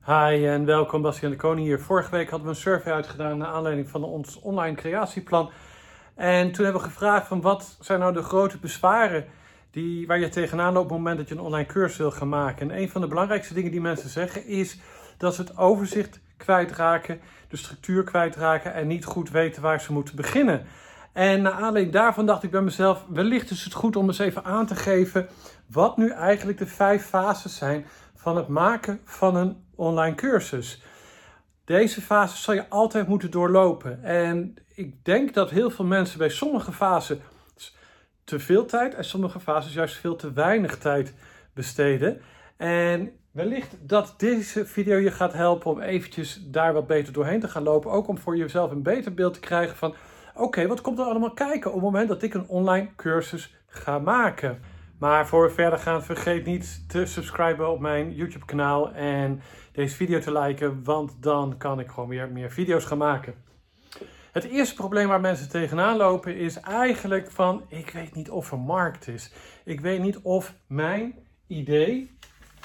Hi en welkom, Bastiaan de Koning hier. Vorige week hadden we een survey uitgedaan naar aanleiding van ons online creatieplan. En toen hebben we gevraagd van wat zijn nou de grote bezwaren waar je tegenaan loopt op het moment dat je een online cursus wil gaan maken. En een van de belangrijkste dingen die mensen zeggen is dat ze het overzicht kwijtraken, de structuur kwijtraken en niet goed weten waar ze moeten beginnen. En naar aanleiding daarvan dacht ik bij mezelf, wellicht is het goed om eens even aan te geven wat nu eigenlijk de 5 fases zijn van het maken van een online cursus. Deze fases zal je altijd moeten doorlopen. En ik denk dat heel veel mensen bij sommige fases te veel tijd en sommige fases juist veel te weinig tijd besteden. En wellicht dat deze video je gaat helpen om eventjes daar wat beter doorheen te gaan lopen. Ook om voor jezelf een beter beeld te krijgen van oké, wat komt er allemaal kijken op het moment dat ik een online cursus ga maken. Maar voor we verder gaan, vergeet niet te subscriben op mijn YouTube kanaal en deze video te liken, want dan kan ik gewoon weer meer video's gaan maken. Het eerste probleem waar mensen tegenaan lopen is eigenlijk van, ik weet niet of er markt is. Ik weet niet of mijn idee,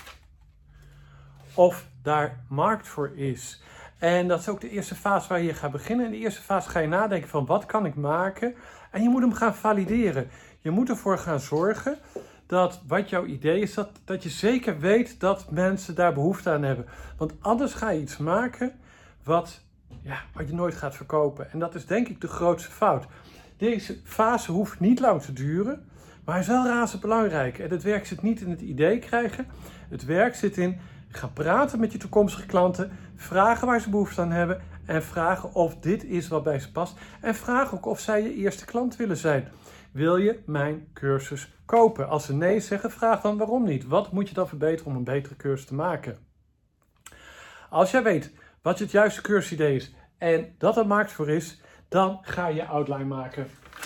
of daar markt voor is. En dat is ook de eerste fase waar je gaat beginnen. In de eerste fase ga je nadenken van, wat kan ik maken? En je moet hem gaan valideren. Je moet ervoor gaan zorgen dat wat jouw idee is, dat je zeker weet dat mensen daar behoefte aan hebben. Want anders ga je iets maken wat je nooit gaat verkopen. En dat is denk ik de grootste fout. Deze fase hoeft niet lang te duren, maar hij is wel razend belangrijk. En het werk zit niet in het idee krijgen. Het werk zit in gaan praten met je toekomstige klanten, vragen waar ze behoefte aan hebben en vragen of dit is wat bij ze past. En vraag ook of zij je eerste klant willen zijn. Wil je mijn cursus kopen? Als ze nee zeggen, vraag dan waarom niet. Wat moet je dan verbeteren om een betere cursus te maken? Als jij weet wat het juiste cursusidee is en dat er markt voor is, dan ga je outline maken.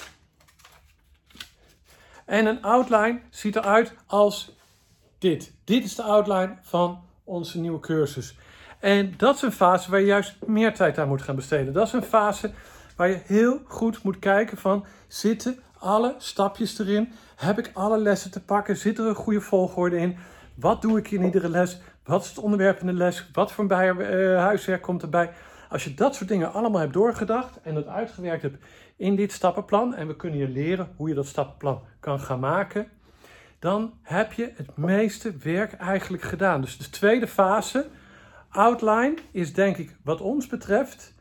En een outline ziet eruit als dit. Dit is de outline van onze nieuwe cursus. En dat is een fase waar je juist meer tijd aan moet gaan besteden. Dat is een fase waar je heel goed moet kijken van, zitten alle stapjes erin? Heb ik alle lessen te pakken? Zit er een goede volgorde in? Wat doe ik in iedere les? Wat is het onderwerp in de les? Wat voor huiswerk komt erbij? Als je dat soort dingen allemaal hebt doorgedacht en dat uitgewerkt hebt in dit stappenplan, en we kunnen je leren hoe je dat stappenplan kan gaan maken, dan heb je het meeste werk eigenlijk gedaan. Dus de tweede fase, outline, is denk ik wat ons betreft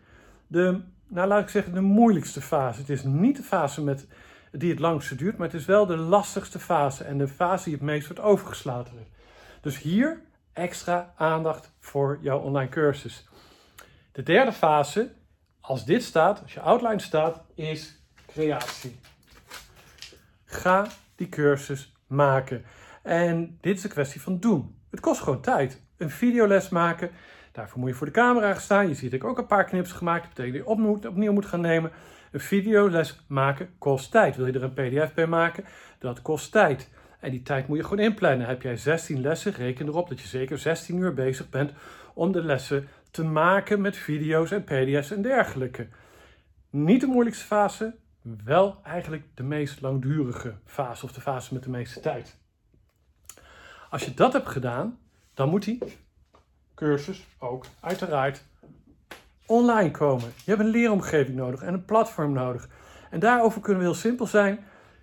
de moeilijkste fase. Het is niet de fase die het langste duurt, maar het is wel de lastigste fase en de fase die het meest wordt overgeslagen. Dus hier extra aandacht voor jouw online cursus. De derde fase, als dit staat, als je outline staat, is creatie. Ga die cursus maken. En dit is een kwestie van doen. Het kost gewoon tijd. Een videoles maken, daarvoor moet je voor de camera gaan staan. Je ziet dat ik ook een paar knips gemaakt heb, dat betekent dat je opnieuw moet gaan nemen. Een videoles maken kost tijd. Wil je er een pdf bij maken? Dat kost tijd. En die tijd moet je gewoon inplannen. Heb jij 16 lessen, reken erop dat je zeker 16 uur bezig bent om de lessen te maken met video's en pdf's en dergelijke. Niet de moeilijkste fase, wel eigenlijk de meest langdurige fase of de fase met de meeste tijd. Als je dat hebt gedaan, dan moet die cursus ook uiteraard online komen. Je hebt een leeromgeving nodig en een platform nodig. En daarover kunnen we heel simpel zijn.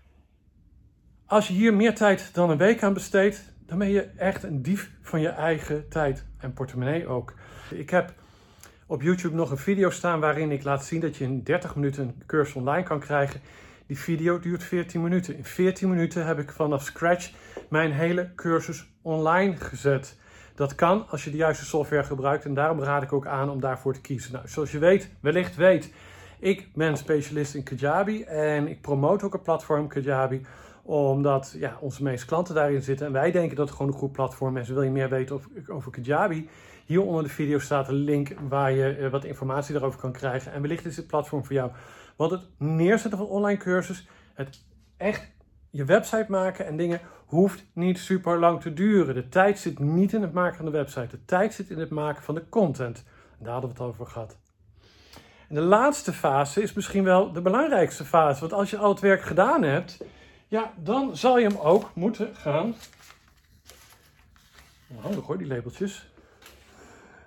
Als je hier meer tijd dan een week aan besteedt, dan ben je echt een dief van je eigen tijd en portemonnee ook. Ik heb op YouTube nog een video staan waarin ik laat zien dat je in 30 minuten een cursus online kan krijgen. Die video duurt 14 minuten. In 14 minuten heb ik vanaf scratch mijn hele cursus online gezet. Dat kan als je de juiste software gebruikt en daarom raad ik ook aan om daarvoor te kiezen. Nou, zoals je wellicht weet, ik ben specialist in Kajabi en ik promote ook een platform Kajabi, omdat onze meeste klanten daarin zitten en wij denken dat het gewoon een goed platform is. Wil je meer weten over Kajabi? Hier onder de video staat een link waar je wat informatie daarover kan krijgen. En wellicht is het platform voor jou. Want het neerzetten van een online cursus, het echt je website maken en dingen, hoeft niet super lang te duren. De tijd zit niet in het maken van de website. De tijd zit in het maken van de content. En daar hadden we het over gehad. En de laatste fase is misschien wel de belangrijkste fase. Want als je al het werk gedaan hebt, dan zal je hem ook moeten gaan... Handig hoor, die labeltjes.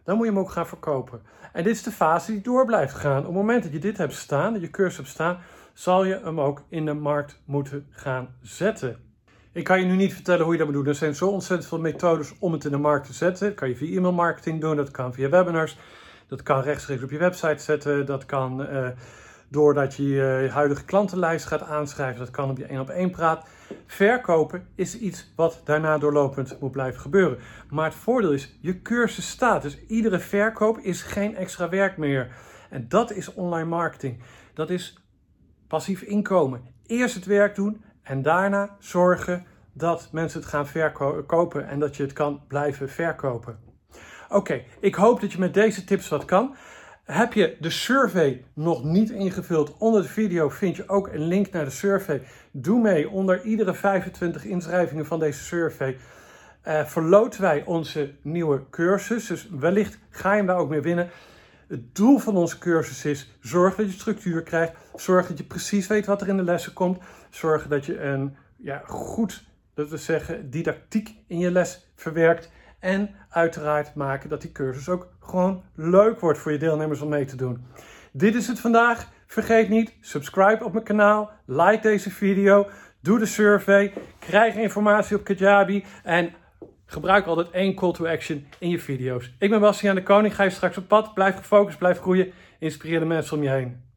dan moet je hem ook gaan verkopen. En dit is de fase die door blijft gaan. Op het moment dat je dit hebt staan, dat je cursus hebt staan, zal je hem ook in de markt moeten gaan zetten. Ik kan je nu niet vertellen hoe je dat moet doen. Er zijn zo ontzettend veel methodes om het in de markt te zetten. Dat kan je via e-mail marketing doen, dat kan via webinars, dat kan rechtstreeks op je website zetten, dat kan doordat je je huidige klantenlijst gaat aanschrijven, dat kan op je 1-op-1 praat. Verkopen is iets wat daarna doorlopend moet blijven gebeuren. Maar het voordeel is, je cursus staat. Dus iedere verkoop is geen extra werk meer. En dat is online marketing. Dat is passief inkomen. Eerst het werk doen en daarna zorgen dat mensen het gaan verkopen en dat je het kan blijven verkopen. Oké, ik hoop dat je met deze tips wat kan. Heb je de survey nog niet ingevuld? Onder de video vind je ook een link naar de survey. Doe mee. Onder iedere 25 inschrijvingen van deze survey verloten wij onze nieuwe cursus. Dus wellicht ga je hem daar ook mee winnen. Het doel van onze cursus is: zorg dat je structuur krijgt. Zorg dat je precies weet wat er in de lessen komt. Zorg dat je een goed, dat we zeggen, didactiek in je les verwerkt. En uiteraard maken dat die cursus ook gewoon leuk wordt voor je deelnemers om mee te doen. Dit is het vandaag. Vergeet niet, subscribe op mijn kanaal. Like deze video. Doe de survey. Krijg informatie op Kajabi. En gebruik altijd 1 call to action in je video's. Ik ben Bastiaan de Koning. Ga je straks op pad. Blijf gefocust, blijf groeien. Inspireer de mensen om je heen.